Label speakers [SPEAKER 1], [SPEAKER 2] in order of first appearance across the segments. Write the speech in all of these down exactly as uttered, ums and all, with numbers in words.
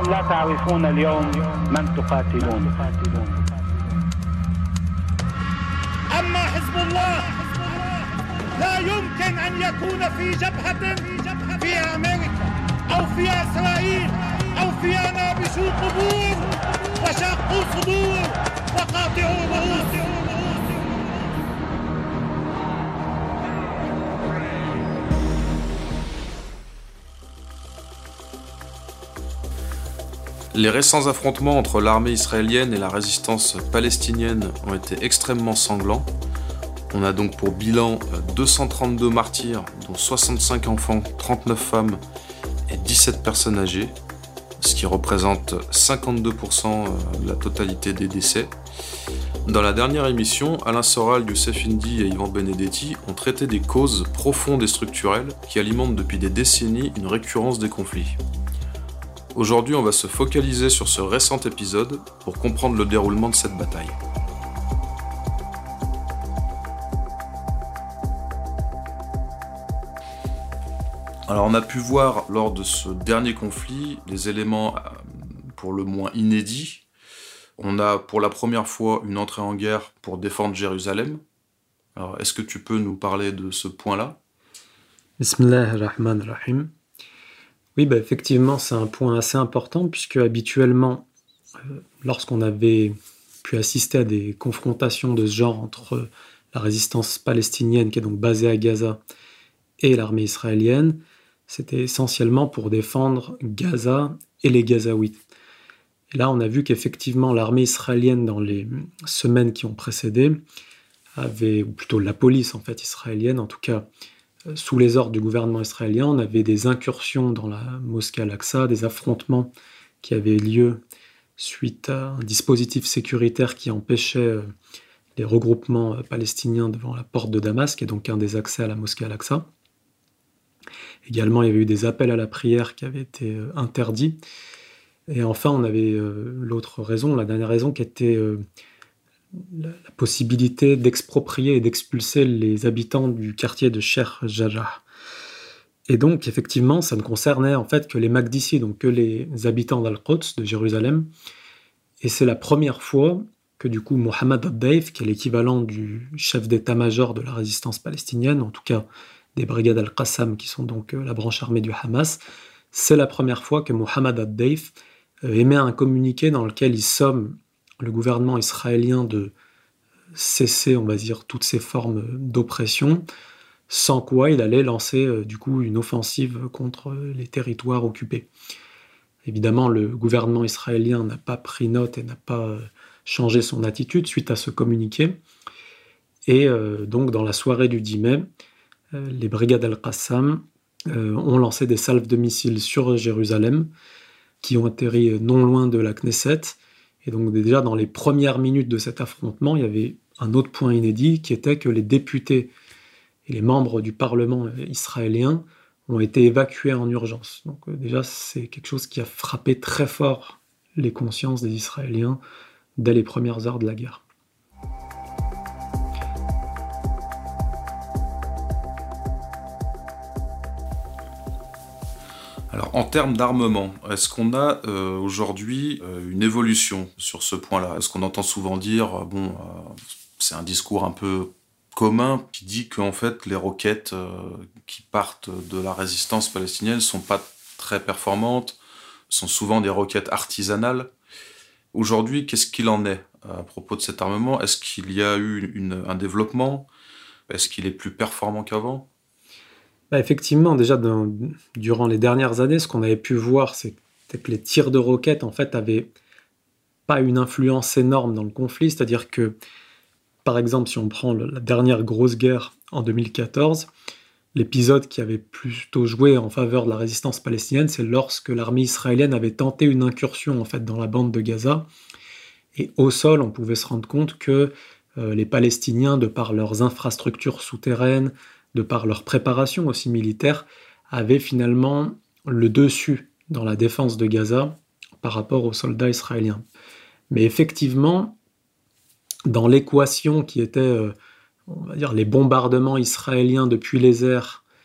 [SPEAKER 1] لا تعرفون اليوم من تقاتلون.
[SPEAKER 2] أما حزب الله لا يمكن أن يكون في جبهة فيها أمريكا أو فيها إسرائيل أو فيها نابشو قبور وشاقوا صدور وقاطعوا رؤوس.
[SPEAKER 3] Les récents affrontements entre l'armée israélienne et la résistance palestinienne ont été extrêmement sanglants. On a donc pour bilan deux cent trente-deux martyrs, dont soixante-cinq enfants, trente-neuf femmes et dix-sept personnes âgées, ce qui représente cinquante-deux pour cent de la totalité des décès. Dans la dernière émission, Alain Soral, Youssef Indy et Yvan Benedetti ont traité des causes profondes et structurelles qui alimentent depuis des décennies une récurrence des conflits. Aujourd'hui, on va se focaliser sur ce récent épisode pour comprendre le déroulement de cette bataille. Alors, on a pu voir lors de ce dernier conflit des éléments pour le moins inédits. On a pour la première fois une entrée en guerre pour défendre Jérusalem. Alors, est-ce que tu peux nous parler de ce point-là ?
[SPEAKER 4] Bismillah ar-Rahman ar-Rahim. Oui, bah effectivement, c'est un point assez important, puisque habituellement, euh, lorsqu'on avait pu assister à des confrontations de ce genre entre la résistance palestinienne, qui est donc basée à Gaza, et l'armée israélienne, c'était essentiellement pour défendre Gaza et les Gazaouites. Et là, on a vu qu'effectivement, l'armée israélienne, dans les semaines qui ont précédé, avait, ou plutôt la police en fait israélienne, en tout cas, sous les ordres du gouvernement israélien, on avait des incursions dans la mosquée Al-Aqsa, des affrontements qui avaient lieu suite à un dispositif sécuritaire qui empêchait les regroupements palestiniens devant la porte de Damas, qui est donc un des accès à la mosquée Al-Aqsa. Également, il y avait eu des appels à la prière qui avaient été interdits. Et enfin, on avait euh, l'autre raison, la dernière raison, qui était euh, la, la possibilité d'exproprier et d'expulser les habitants du quartier de Sheikh Jarrah. Et donc, effectivement, ça ne concernait en fait que les Makdissi, donc que les habitants d'Al-Quds, de Jérusalem. Et c'est la première fois que du coup, Mohamed Ad-Daif, qui est l'équivalent du chef d'état-major de la résistance palestinienne, en tout cas des brigades Al-Qassam, qui sont donc euh, la branche armée du Hamas, c'est la première fois que Mohamed Ad-Daif euh, émet un communiqué dans lequel il somme le gouvernement israélien de cesser, on va dire, toutes ces formes d'oppression, sans quoi il allait lancer euh, du coup une offensive contre les territoires occupés. Évidemment, le gouvernement israélien n'a pas pris note et n'a pas euh, changé son attitude suite à ce communiqué. Et euh, donc, dans la soirée du dix mai, euh, les brigades Al-Qassam euh, ont lancé des salves de missiles sur Jérusalem, qui ont atterri non loin de la Knesset. Et donc, déjà, dans les premières minutes de cet affrontement, il y avait un autre point inédit, qui était que les députés et les membres du Parlement israélien ont été évacués en urgence. Donc euh, déjà, c'est quelque chose qui a frappé très fort les consciences des Israéliens dès les premières heures de la guerre.
[SPEAKER 3] Alors, en termes d'armement, est-ce qu'on a euh, aujourd'hui euh, une évolution sur ce point-là ? Est-ce qu'on entend souvent dire, euh, bon, euh, c'est un discours un peu commun qui dit qu'en fait les roquettes euh, qui partent de la résistance palestinienne sont pas très performantes, sont souvent des roquettes artisanales. Aujourd'hui, qu'est-ce qu'il en est à propos de cet armement ? Est-ce qu'il y a eu une, un développement ? Est-ce qu'il est plus performant qu'avant ?
[SPEAKER 4] Bah effectivement, déjà dans, durant les dernières années, ce qu'on avait pu voir, c'est que les tirs de roquettes en fait avaient pas une influence énorme dans le conflit, c'est-à-dire que par exemple, si on prend la dernière grosse guerre en deux mille quatorze, l'épisode qui avait plutôt joué en faveur de la résistance palestinienne, c'est lorsque l'armée israélienne avait tenté une incursion en fait, dans la bande de Gaza. Et au sol, on pouvait se rendre compte que euh, les Palestiniens, de par leurs infrastructures souterraines, de par leur préparation aussi militaire, avaient finalement le dessus dans la défense de Gaza par rapport aux soldats israéliens. Mais effectivement, dans l'équation qui était, euh, on va dire, les bombardements israéliens depuis les airs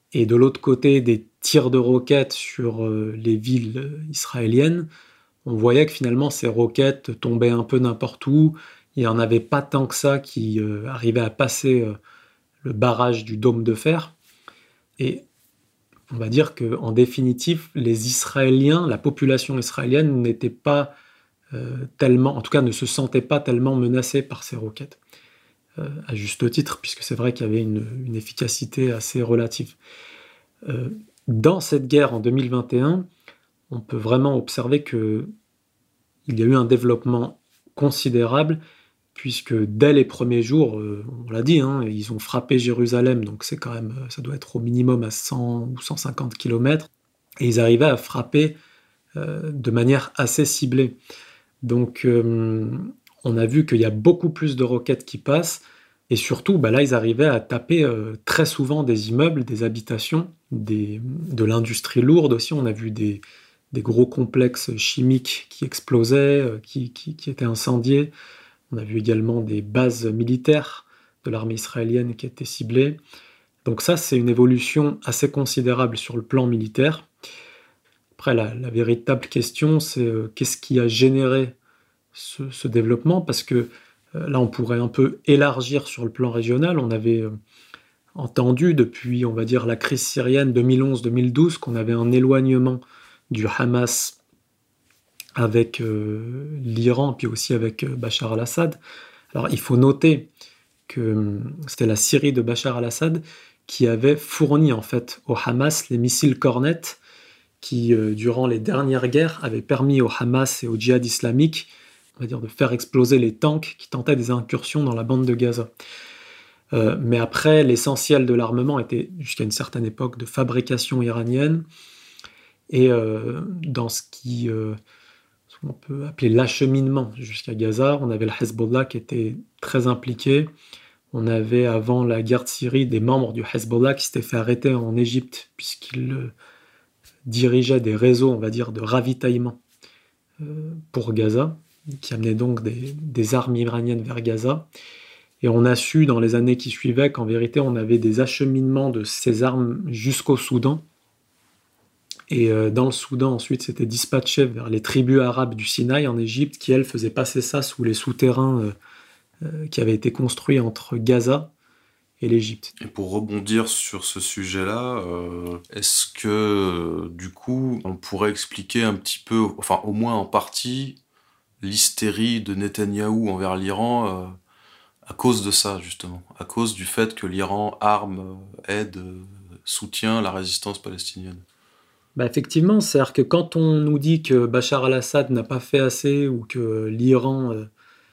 [SPEAKER 4] et de l'autre côté des tirs de roquettes sur euh, les villes israéliennes, on voyait que finalement ces roquettes tombaient un peu n'importe où. Il n'y en avait pas tant que ça qui euh, arrivaient à passer euh, le barrage du dôme de fer. Et on va dire qu'en définitive, les Israéliens, la population israélienne n'était pas euh, tellement, en tout cas ne se sentait pas tellement menacée par ces roquettes. Euh, à juste titre, puisque c'est vrai qu'il y avait une, une efficacité assez relative. Euh, dans cette guerre en deux mille vingt et un, on peut vraiment observer qu'il y a eu un développement considérable, puisque dès les premiers jours, euh, on l'a dit, hein, ils ont frappé Jérusalem, donc c'est quand même, ça doit être au minimum à cent ou cent cinquante kilomètres, et ils arrivaient à frapper euh, de manière assez ciblée. Donc euh, on a vu qu'il y a beaucoup plus de roquettes qui passent, et surtout, bah là, ils arrivaient à taper euh, très souvent des immeubles, des habitations, des, de l'industrie lourde aussi. On a vu des, des gros complexes chimiques qui explosaient, euh, qui, qui, qui étaient incendiés. On a vu également des bases militaires de l'armée israélienne qui étaient ciblées. Donc ça, c'est une évolution assez considérable sur le plan militaire. Après, la, la véritable question, c'est euh, qu'est-ce qui a généré ce, ce développement ? Parce que euh, là, on pourrait un peu élargir sur le plan régional. On avait euh, entendu depuis, on va dire, la crise syrienne deux mille onze deux mille douze qu'on avait un éloignement du Hamas avec euh, l'Iran, puis aussi avec euh, Bachar al-Assad. Alors, il faut noter que euh, c'était la Syrie de Bachar al-Assad qui avait fourni, en fait, au Hamas les missiles Cornet qui, euh, durant les dernières guerres, avaient permis au Hamas et au djihad islamique, on va dire, de faire exploser les tanks qui tentaient des incursions dans la bande de Gaza. Euh, mais après, l'essentiel de l'armement était, jusqu'à une certaine époque, de fabrication iranienne. Et euh, dans ce qui... Euh, on peut appeler l'acheminement jusqu'à Gaza. On avait le Hezbollah qui était très impliqué. On avait, avant la guerre de Syrie, des membres du Hezbollah qui s'étaient fait arrêter en Égypte puisqu'ils euh, dirigeaient des réseaux, on va dire, de ravitaillement euh, pour Gaza, qui amenaient donc des, des armes iraniennes vers Gaza. Et on a su, dans les années qui suivaient, qu'en vérité, on avait des acheminements de ces armes jusqu'au Soudan. Et euh, dans le Soudan, ensuite, c'était dispatché vers les tribus arabes du Sinaï en Égypte, qui, elles, faisaient passer ça sous les souterrains euh, euh, qui avaient été construits entre Gaza et l'Égypte.
[SPEAKER 3] Et pour rebondir sur ce sujet-là, euh, est-ce que, euh, du coup, on pourrait expliquer un petit peu, enfin, au moins en partie, l'hystérie de Netanyahou envers l'Iran euh, à cause de ça, justement, à cause du fait que l'Iran arme, aide, soutient la résistance palestinienne?
[SPEAKER 4] Bah effectivement, c'est-à-dire que quand on nous dit que Bachar al-Assad n'a pas fait assez ou que l'Iran, euh,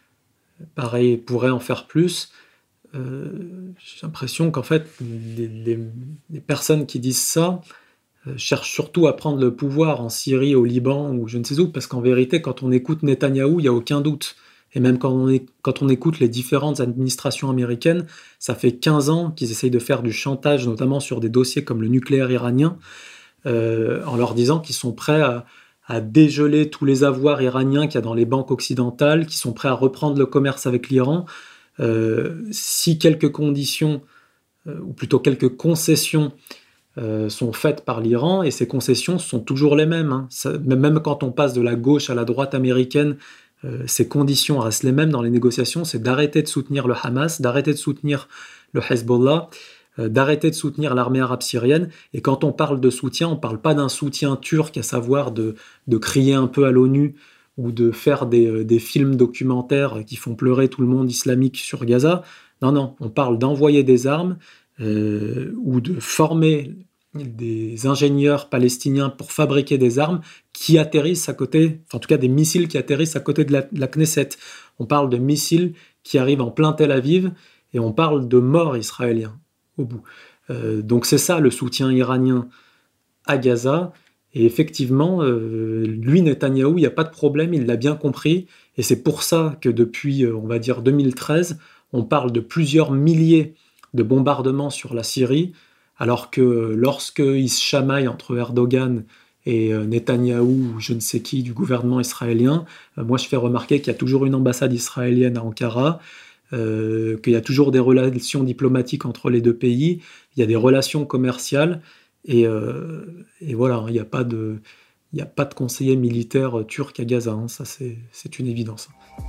[SPEAKER 4] pareil, pourrait en faire plus, euh, j'ai l'impression qu'en fait, les, les, les personnes qui disent ça euh, cherchent surtout à prendre le pouvoir en Syrie, au Liban ou je ne sais où, parce qu'en vérité, quand on écoute Netanyahou, il n'y a aucun doute. Et même quand on, est, quand on écoute les différentes administrations américaines, ça fait quinze ans qu'ils essayent de faire du chantage, notamment sur des dossiers comme le nucléaire iranien, Euh, en leur disant qu'ils sont prêts à, à dégeler tous les avoirs iraniens qu'il y a dans les banques occidentales, qu'ils sont prêts à reprendre le commerce avec l'Iran, euh, si quelques conditions, euh, ou plutôt quelques concessions, euh, sont faites par l'Iran, et ces concessions sont toujours les mêmes. Hein. Ça, même quand on passe de la gauche à la droite américaine, euh, ces conditions restent les mêmes dans les négociations, c'est d'arrêter de soutenir le Hamas, d'arrêter de soutenir le Hezbollah, d'arrêter de soutenir l'armée arabe syrienne. Et quand on parle de soutien, on ne parle pas d'un soutien turc, à savoir de, de crier un peu à l'ONU ou de faire des, des films documentaires qui font pleurer tout le monde islamique sur Gaza. Non, non, on parle d'envoyer des armes euh, ou de former des ingénieurs palestiniens pour fabriquer des armes qui atterrissent à côté, enfin, en tout cas des missiles qui atterrissent à côté de la, de la Knesset. On parle de missiles qui arrivent en plein Tel Aviv et on parle de morts israéliens au bout. Euh, donc c'est ça le soutien iranien à Gaza, et effectivement, euh, lui, Netanyahou, il n'y a pas de problème, il l'a bien compris, et c'est pour ça que depuis, euh, on va dire, deux mille treize, on parle de plusieurs milliers de bombardements sur la Syrie, alors que lorsqu'ils se chamaillent entre Erdogan et euh, Netanyahou, ou je ne sais qui, du gouvernement israélien, euh, moi je fais remarquer qu'il y a toujours une ambassade israélienne à Ankara. euh, qu'il y a toujours des relations diplomatiques entre les deux pays, il y a des relations commerciales, et, euh, et voilà, il n'y a pas de, il n'y a pas de conseiller militaire turc à Gaza, hein, ça c'est, c'est une évidence.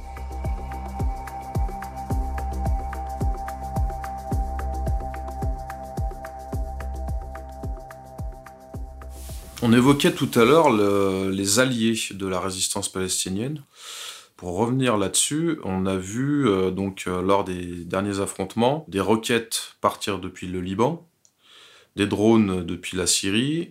[SPEAKER 3] On évoquait tout à l'heure le, les alliés de la résistance palestinienne. Pour revenir là-dessus, on a vu euh, donc euh, lors des derniers affrontements des roquettes partir depuis le Liban, des drones depuis la Syrie,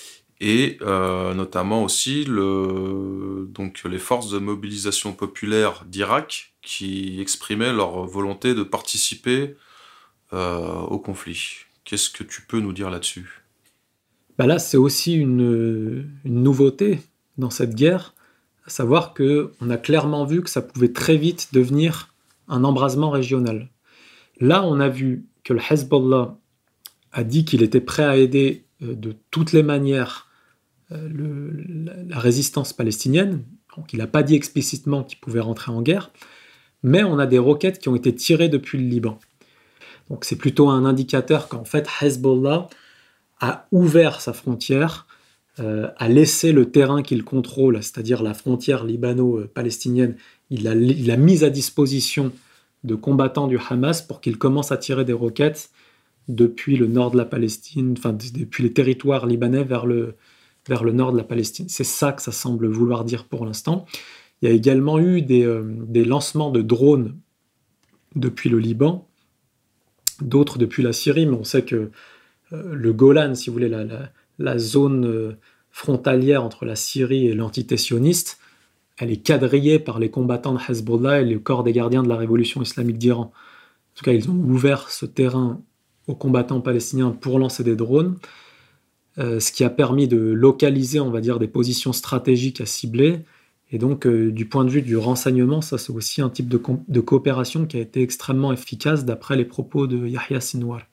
[SPEAKER 3] et euh, notamment aussi le, donc, les forces de mobilisation populaire d'Irak qui exprimaient leur volonté de participer euh, au conflit. Qu'est-ce que tu peux nous dire là-dessus ?
[SPEAKER 4] Bah là, c'est aussi une, une nouveauté dans cette guerre, à savoir qu'on a clairement vu que ça pouvait très vite devenir un embrasement régional. Là, on a vu que le Hezbollah a dit qu'il était prêt à aider euh, de toutes les manières euh, le, la, la résistance palestinienne. Donc, il n'a pas dit explicitement qu'il pouvait rentrer en guerre, mais on a des roquettes qui ont été tirées depuis le Liban. Donc c'est plutôt un indicateur qu'en fait Hezbollah a ouvert sa frontière, euh, a laissé le terrain qu'il contrôle, c'est-à-dire la frontière libano-palestinienne, il a, il a mis à disposition de combattants du Hamas pour qu'ils commencent à tirer des roquettes depuis le nord de la Palestine, enfin depuis les territoires libanais vers le, vers le nord de la Palestine. C'est ça que ça semble vouloir dire pour l'instant. Il y a également eu des, euh, des lancements de drones depuis le Liban, d'autres depuis la Syrie, mais on sait que le Golan, si vous voulez, la, la, la zone frontalière entre la Syrie et l'entité sioniste, elle est quadrillée par les combattants de Hezbollah et le corps des gardiens de la révolution islamique d'Iran. En tout cas, ils ont ouvert ce terrain aux combattants palestiniens pour lancer des drones, euh, ce qui a permis de localiser, on va dire, des positions stratégiques à cibler. Et donc, euh, du point de vue du renseignement, ça c'est aussi un type de, com- de coopération qui a été extrêmement efficace d'après les propos de Yahya Sinwar.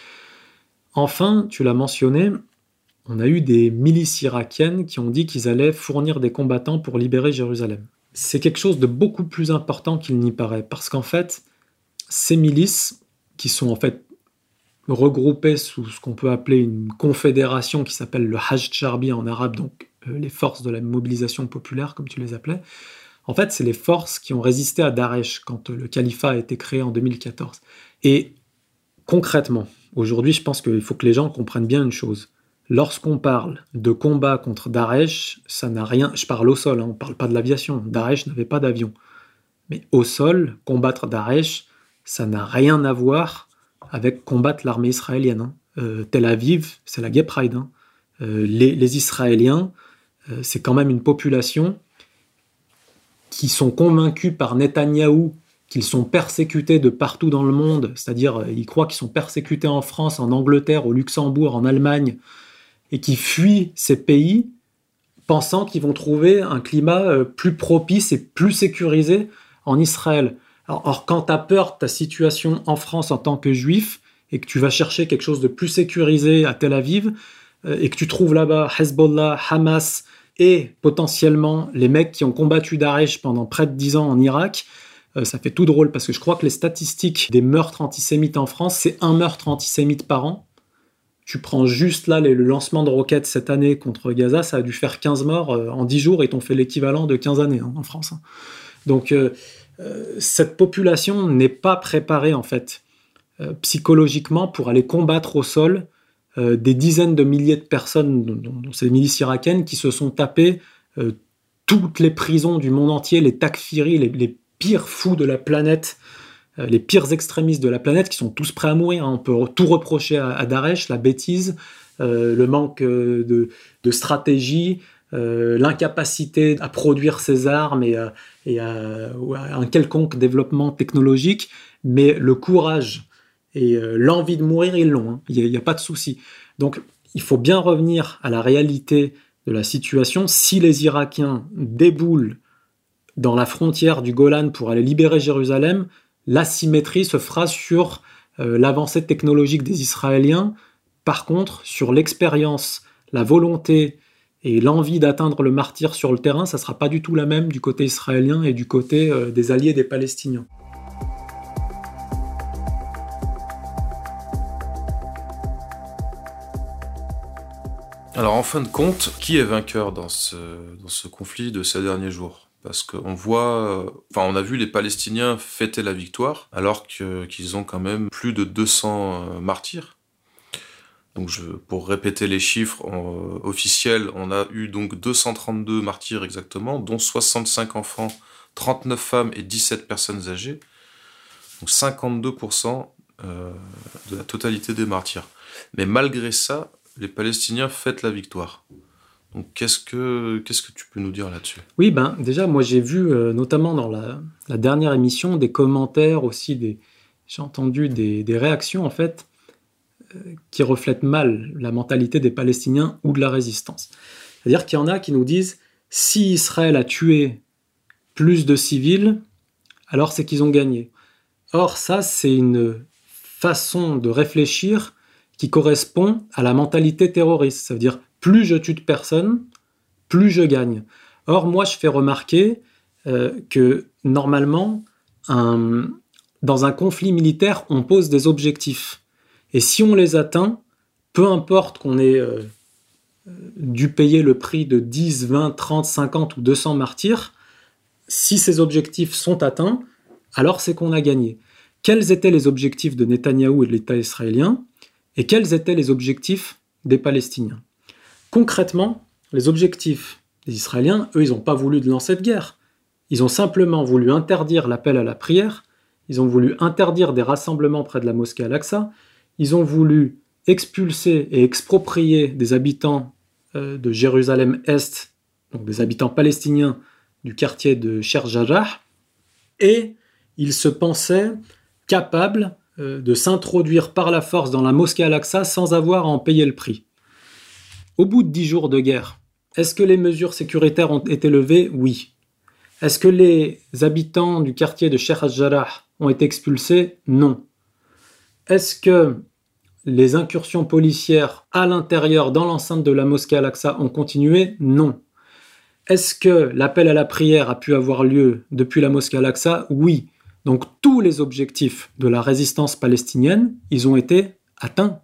[SPEAKER 4] Enfin, tu l'as mentionné, on a eu des milices irakiennes qui ont dit qu'ils allaient fournir des combattants pour libérer Jérusalem. C'est quelque chose de beaucoup plus important qu'il n'y paraît, parce qu'en fait, ces milices, qui sont en fait regroupées sous ce qu'on peut appeler une confédération qui s'appelle le Hashd Sharbi en arabe, donc euh, les forces de la mobilisation populaire, comme tu les appelais, en fait, c'est les forces qui ont résisté à Daesh quand le califat a été créé en deux mille quatorze. Et concrètement, aujourd'hui, je pense qu'il faut que les gens comprennent bien une chose. Lorsqu'on parle de combat contre Daesh, ça n'a rien... Je parle au sol, hein, on ne parle pas de l'aviation. Daesh n'avait pas d'avion. Mais au sol, combattre Daesh, ça n'a rien à voir avec combattre l'armée israélienne. Hein. Euh, Tel Aviv, c'est la Gay Pride. Hein. Euh, les, les Israéliens, euh, c'est quand même une population qui sont convaincus par Netanyahou qu'ils sont persécutés de partout dans le monde, c'est-à-dire euh, ils croient qu'ils sont persécutés en France, en Angleterre, au Luxembourg, en Allemagne, et qui fuient ces pays pensant qu'ils vont trouver un climat euh, plus propice et plus sécurisé en Israël. Alors, or, quand tu as peur de ta situation en France en tant que juif, et que tu vas chercher quelque chose de plus sécurisé à Tel Aviv, euh, et que tu trouves là-bas Hezbollah, Hamas, et potentiellement les mecs qui ont combattu Daesh pendant près de dix ans en Irak, euh, ça fait tout drôle, parce que je crois que les statistiques des meurtres antisémites en France, c'est un meurtre antisémite par an. Tu prends juste là le lancement de roquettes cette année contre Gaza, ça a dû faire quinze morts euh, en dix jours, et t'ont fait l'équivalent de quinze années hein, en France. Hein. Donc euh, euh, cette population n'est pas préparée en fait euh, psychologiquement pour aller combattre au sol euh, des dizaines de milliers de personnes, dont, dont ces milices irakiennes, qui se sont tapées euh, toutes les prisons du monde entier, les takfiris, les, les pires fous de la planète, les pires extrémistes de la planète, qui sont tous prêts à mourir. Hein. On peut tout reprocher à, à Daesh, la bêtise, euh, le manque euh, de, de stratégie, euh, l'incapacité à produire ses armes et, à, et à, à un quelconque développement technologique, mais le courage et euh, l'envie de mourir, ils l'ont. Hein. Il n'y a, a pas de souci. Donc, il faut bien revenir à la réalité de la situation. Si les Irakiens déboulent dans la frontière du Golan pour aller libérer Jérusalem, l'asymétrie se fera sur euh, l'avancée technologique des Israéliens. Par contre, sur l'expérience, la volonté et l'envie d'atteindre le martyre sur le terrain, ça ne sera pas du tout la même du côté israélien et du côté euh, des alliés des Palestiniens.
[SPEAKER 3] Alors en fin de compte, qui est vainqueur dans ce, dans ce conflit de ces derniers jours ? Parce qu'on voit, enfin on a vu les Palestiniens fêter la victoire, alors que, qu'ils ont quand même plus de deux cents martyrs. Donc je, pour répéter les chiffres on, officiels, on a eu donc deux cent trente-deux martyrs exactement, dont soixante-cinq enfants, trente-neuf femmes et dix-sept personnes âgées. Donc cinquante-deux pour cent euh, de la totalité des martyrs. Mais malgré ça, les Palestiniens fêtent la victoire. Donc qu'est-ce que, qu'est-ce que tu peux nous dire là-dessus ?
[SPEAKER 4] Oui, ben déjà, moi j'ai vu, euh, notamment dans la, la dernière émission, des commentaires aussi, des, j'ai entendu des, des réactions en fait, euh, qui reflètent mal la mentalité des Palestiniens ou de la résistance. C'est-à-dire qu'il y en a qui nous disent, si Israël a tué plus de civils, alors c'est qu'ils ont gagné. Or ça, c'est une façon de réfléchir qui correspond à la mentalité terroriste. Ça veut dire, plus je tue de personnes, plus je gagne. Or, moi, je fais remarquer euh, que, normalement, un, dans un conflit militaire, on pose des objectifs. Et si on les atteint, peu importe qu'on ait euh, dû payer le prix de dix, vingt, trente, cinquante ou deux cents martyrs, si ces objectifs sont atteints, alors c'est qu'on a gagné. Quels étaient les objectifs de Netanyahou et de l'État israélien ? Et quels étaient les objectifs des Palestiniens ? Concrètement, les objectifs des Israéliens, eux, ils n'ont pas voulu de lancer de guerre. Ils ont simplement voulu interdire l'appel à la prière, ils ont voulu interdire des rassemblements près de la mosquée Al-Aqsa, ils ont voulu expulser et exproprier des habitants euh, de Jérusalem-Est, donc des habitants palestiniens du quartier de Sheikh Jarrah, et ils se pensaient capables de s'introduire par la force dans la mosquée Al-Aqsa sans avoir à en payer le prix. Au bout de dix jours de guerre, est-ce que les mesures sécuritaires ont été levées ? Oui. Est-ce que les habitants du quartier de Sheikh Jarrah ont été expulsés ? Non. Est-ce que les incursions policières à l'intérieur, dans l'enceinte de la mosquée Al-Aqsa, ont continué ? Non. Est-ce que l'appel à la prière a pu avoir lieu depuis la mosquée Al-Aqsa ? Oui. Donc tous les objectifs de la résistance palestinienne, ils ont été atteints.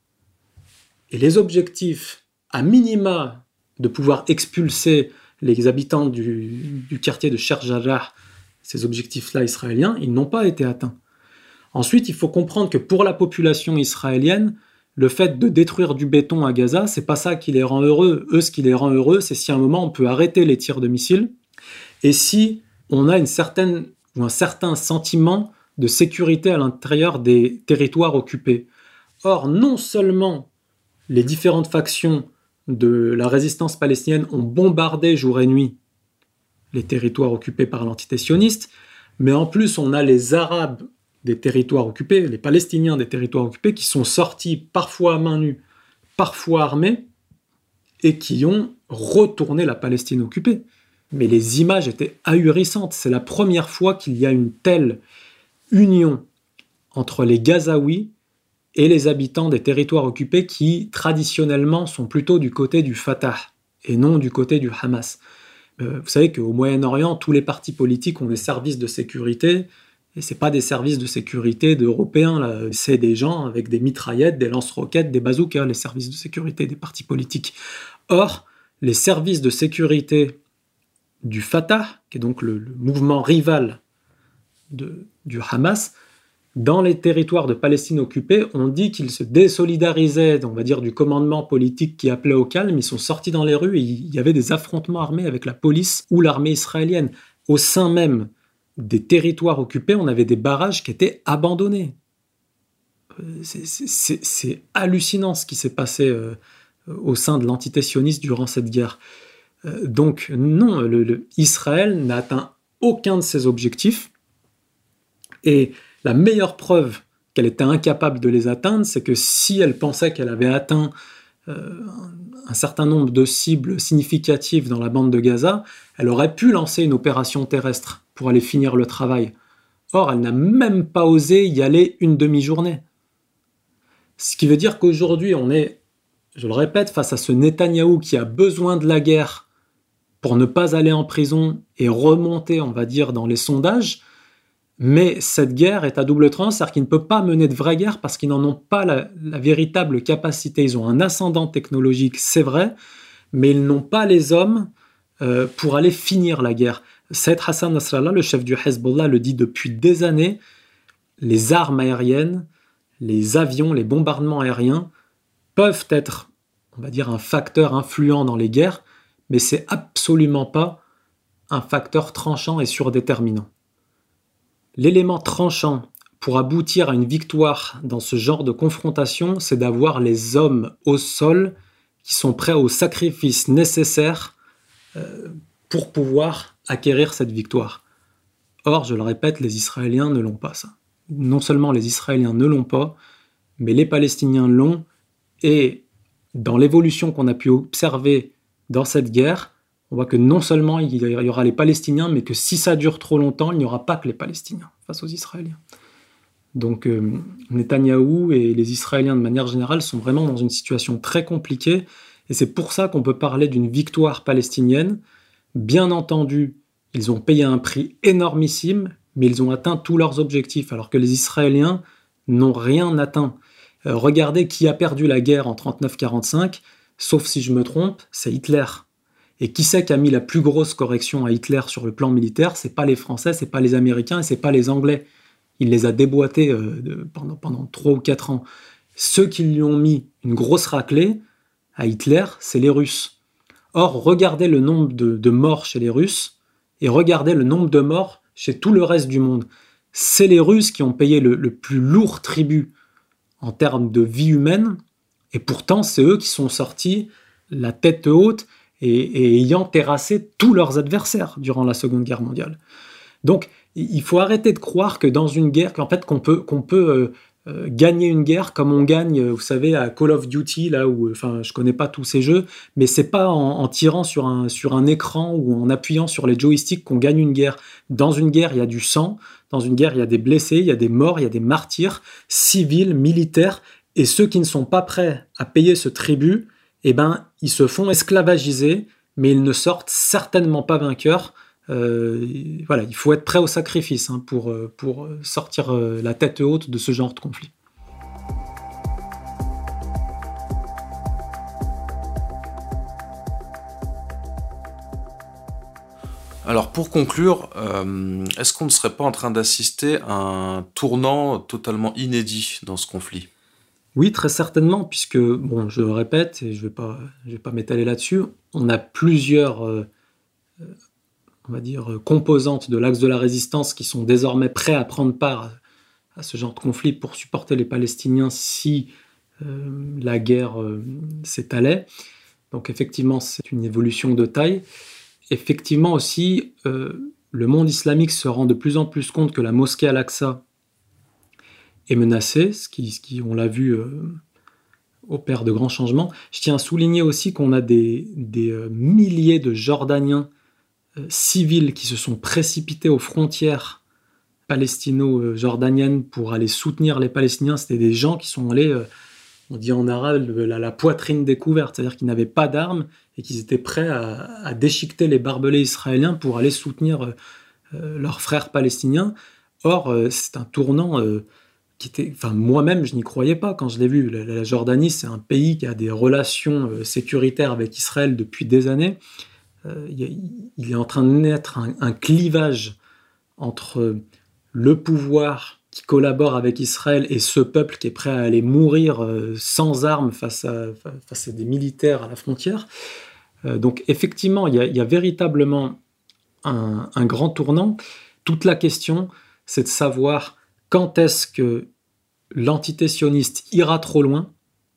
[SPEAKER 4] Et les objectifs, à minima, de pouvoir expulser les habitants du, du quartier de Sheikh Jarrah, ces objectifs-là israéliens, ils n'ont pas été atteints. Ensuite, il faut comprendre que pour la population israélienne, le fait de détruire du béton à Gaza, c'est pas ça qui les rend heureux. Eux, ce qui les rend heureux, c'est si à un moment on peut arrêter les tirs de missiles et si on a une certaine ou un certain sentiment de sécurité à l'intérieur des territoires occupés. Or, non seulement les différentes factions de la résistance palestinienne ont bombardé jour et nuit les territoires occupés par l'entité sioniste, mais en plus on a les Arabes des territoires occupés, les Palestiniens des territoires occupés, qui sont sortis parfois à main nue, parfois armés, et qui ont retourné la Palestine occupée. Mais les images étaient ahurissantes. C'est la première fois qu'il y a une telle union entre les Gazaouis et les habitants des territoires occupés qui, traditionnellement, sont plutôt du côté du Fatah et non du côté du Hamas. Euh, vous savez qu'au Moyen-Orient, tous les partis politiques ont des services de sécurité, et ce n'est pas des services de sécurité d'Européens, là. C'est des gens avec des mitraillettes, des lance-roquettes, des bazookas, les services de sécurité des partis politiques. Or, les services de sécurité du Fatah, qui est donc le, le mouvement rival de, du Hamas, dans les territoires de Palestine occupés, on dit qu'ils se désolidarisaient, on va dire, du commandement politique qui appelait au calme. Ils sont sortis dans les rues et il y avait des affrontements armés avec la police ou l'armée israélienne. Au sein même des territoires occupés, on avait des barrages qui étaient abandonnés. C'est, c'est, c'est hallucinant ce qui s'est passé euh, au sein de l'entité sioniste durant cette guerre. Euh, donc non, le, le, Israël n'a atteint aucun de ses objectifs. Et la meilleure preuve qu'elle était incapable de les atteindre, c'est que si elle pensait qu'elle avait atteint euh, un certain nombre de cibles significatives dans la bande de Gaza, elle aurait pu lancer une opération terrestre pour aller finir le travail. Or, elle n'a même pas osé y aller une demi-journée. Ce qui veut dire qu'aujourd'hui, on est, je le répète, face à ce Netanyahou qui a besoin de la guerre pour ne pas aller en prison et remonter, on va dire, dans les sondages. Mais cette guerre est à double tranchant, c'est-à-dire qu'ils ne peuvent pas mener de vraie guerre parce qu'ils n'en ont pas la, la véritable capacité. Ils ont un ascendant technologique, c'est vrai, mais ils n'ont pas les hommes euh, pour aller finir la guerre. Saïd Hassan Nasrallah, le chef du Hezbollah, le dit depuis des années, les armes aériennes, les avions, les bombardements aériens peuvent être, on va dire, un facteur influent dans les guerres, mais c'est absolument pas un facteur tranchant et surdéterminant. L'élément tranchant pour aboutir à une victoire dans ce genre de confrontation, c'est d'avoir les hommes au sol qui sont prêts au sacrifice nécessaire euh, pour pouvoir acquérir cette victoire. Or, je le répète, les Israéliens ne l'ont pas, ça. Non seulement les Israéliens ne l'ont pas, mais les Palestiniens l'ont, et dans l'évolution qu'on a pu observer dans cette guerre, on voit que non seulement il y aura les Palestiniens, mais que si ça dure trop longtemps, il n'y aura pas que les Palestiniens face aux Israéliens. Donc euh, Netanyahou et les Israéliens de manière générale sont vraiment dans une situation très compliquée, et c'est pour ça qu'on peut parler d'une victoire palestinienne. Bien entendu, ils ont payé un prix énormissime, mais ils ont atteint tous leurs objectifs, alors que les Israéliens n'ont rien atteint. Euh, regardez qui a perdu la guerre en trente-neuf quarante-cinq, sauf si je me trompe, c'est Hitler. Et qui c'est qui a mis la plus grosse correction à Hitler sur le plan militaire? C'est pas les Français, c'est pas les Américains et c'est pas les Anglais. Il les a déboîtés euh, de, pendant, pendant trois ou quatre ans. Ceux qui lui ont mis une grosse raclée à Hitler, c'est les Russes. Or, regardez le nombre de, de morts chez les Russes et regardez le nombre de morts chez tout le reste du monde. C'est les Russes qui ont payé le, le plus lourd tribut en termes de vie humaine, et pourtant c'est eux qui sont sortis la tête haute et, et ayant terrassé tous leurs adversaires durant la Seconde Guerre mondiale. Donc il faut arrêter de croire que dans une guerre, qu'en fait qu'on peut, qu'on peut euh, euh, gagner une guerre comme on gagne, vous savez, à Call of Duty, là où, enfin, je connais pas tous ces jeux, mais c'est pas en, en tirant sur un, sur un écran ou en appuyant sur les joysticks qu'on gagne une guerre. Dans une guerre, il y a du sang, dans une guerre, il y a des blessés, il y a des morts, il y a des martyrs, civils, militaires, et ceux qui ne sont pas prêts à payer ce tribut, eh ben, ils se font esclavagiser, mais ils ne sortent certainement pas vainqueurs. Euh, voilà, il faut être prêt au sacrifice hein, pour, pour sortir euh, la tête haute de ce genre de conflit.
[SPEAKER 3] Alors pour conclure, euh, est-ce qu'on ne serait pas en train d'assister à un tournant totalement inédit dans ce conflit ?
[SPEAKER 4] Oui, très certainement, puisque, bon, je le répète, et je ne vais pas, je vais pas m'étaler là-dessus, on a plusieurs... Euh, on va dire, composantes de l'axe de la résistance qui sont désormais prêts à prendre part à ce genre de conflit pour supporter les Palestiniens si euh, la guerre euh, s'étalait. Donc effectivement, c'est une évolution de taille. Effectivement aussi, euh, le monde islamique se rend de plus en plus compte que la mosquée Al-Aqsa est menacée, ce qui, ce qui on l'a vu, euh, opère de grands changements. Je tiens à souligner aussi qu'on a des, des euh, milliers de Jordaniens civils qui se sont précipités aux frontières palestino-jordaniennes pour aller soutenir les Palestiniens. C'était des gens qui sont allés, on dit en arabe, la, la poitrine découverte, c'est-à-dire qu'ils n'avaient pas d'armes et qu'ils étaient prêts à, à déchiqueter les barbelés israéliens pour aller soutenir euh, leurs frères palestiniens. Or, euh, c'est un tournant euh, qui était... Enfin, moi-même, je n'y croyais pas quand je l'ai vu. La, la Jordanie, c'est un pays qui a des relations euh, sécuritaires avec Israël depuis des années. Euh, il est en train de naître un, un clivage entre le pouvoir qui collabore avec Israël et ce peuple qui est prêt à aller mourir euh, sans armes face à, face à des militaires à la frontière. Euh, donc effectivement, il y a, il y a véritablement un, un grand tournant. Toute la question, c'est de savoir quand est-ce que l'entité sioniste ira trop loin.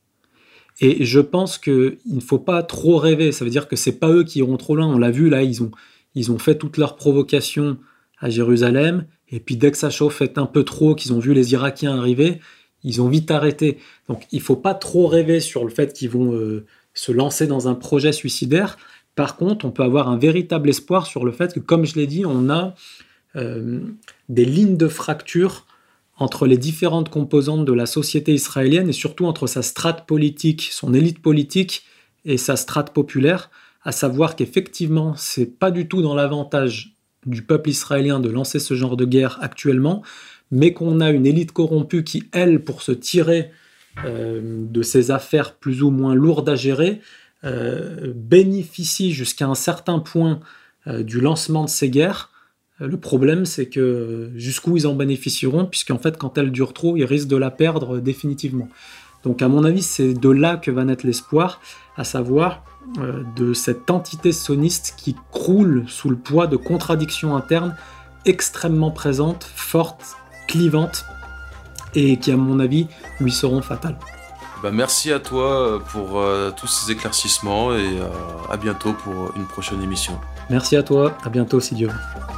[SPEAKER 4] Et je pense qu'il ne faut pas trop rêver. Ça veut dire que ce n'est pas eux qui iront trop loin. On l'a vu, là, ils ont, ils ont fait toutes leurs provocations à Jérusalem. Et puis, dès que ça chauffait un peu trop, qu'ils ont vu les Irakiens arriver, ils ont vite arrêté. Donc, il ne faut pas trop rêver sur le fait qu'ils vont euh, se lancer dans un projet suicidaire. Par contre, on peut avoir un véritable espoir sur le fait que, comme je l'ai dit, on a euh, des lignes de fracture entre les différentes composantes de la société israélienne et surtout entre sa strate politique, son élite politique et sa strate populaire, à savoir qu'effectivement, c'est pas du tout dans l'avantage du peuple israélien de lancer ce genre de guerre actuellement, mais qu'on a une élite corrompue qui, elle, pour se tirer euh, de ces affaires plus ou moins lourdes à gérer, euh, bénéficie jusqu'à un certain point euh, du lancement de ces guerres. Euh, le problème, c'est que jusqu'où ils en bénéficieront, puisqu'en fait, quand elle dure trop, ils risquent de la perdre euh, définitivement. Donc à mon avis, c'est de là que va naître l'espoir, à savoir euh, de cette entité sioniste qui croule sous le poids de contradictions internes extrêmement présentes, fortes, clivantes, et qui à mon avis lui seront fatales.
[SPEAKER 3] Bah, merci à toi pour euh, tous ces éclaircissements et euh, à bientôt pour une prochaine émission.
[SPEAKER 4] Merci à toi, à bientôt si Dieu veut.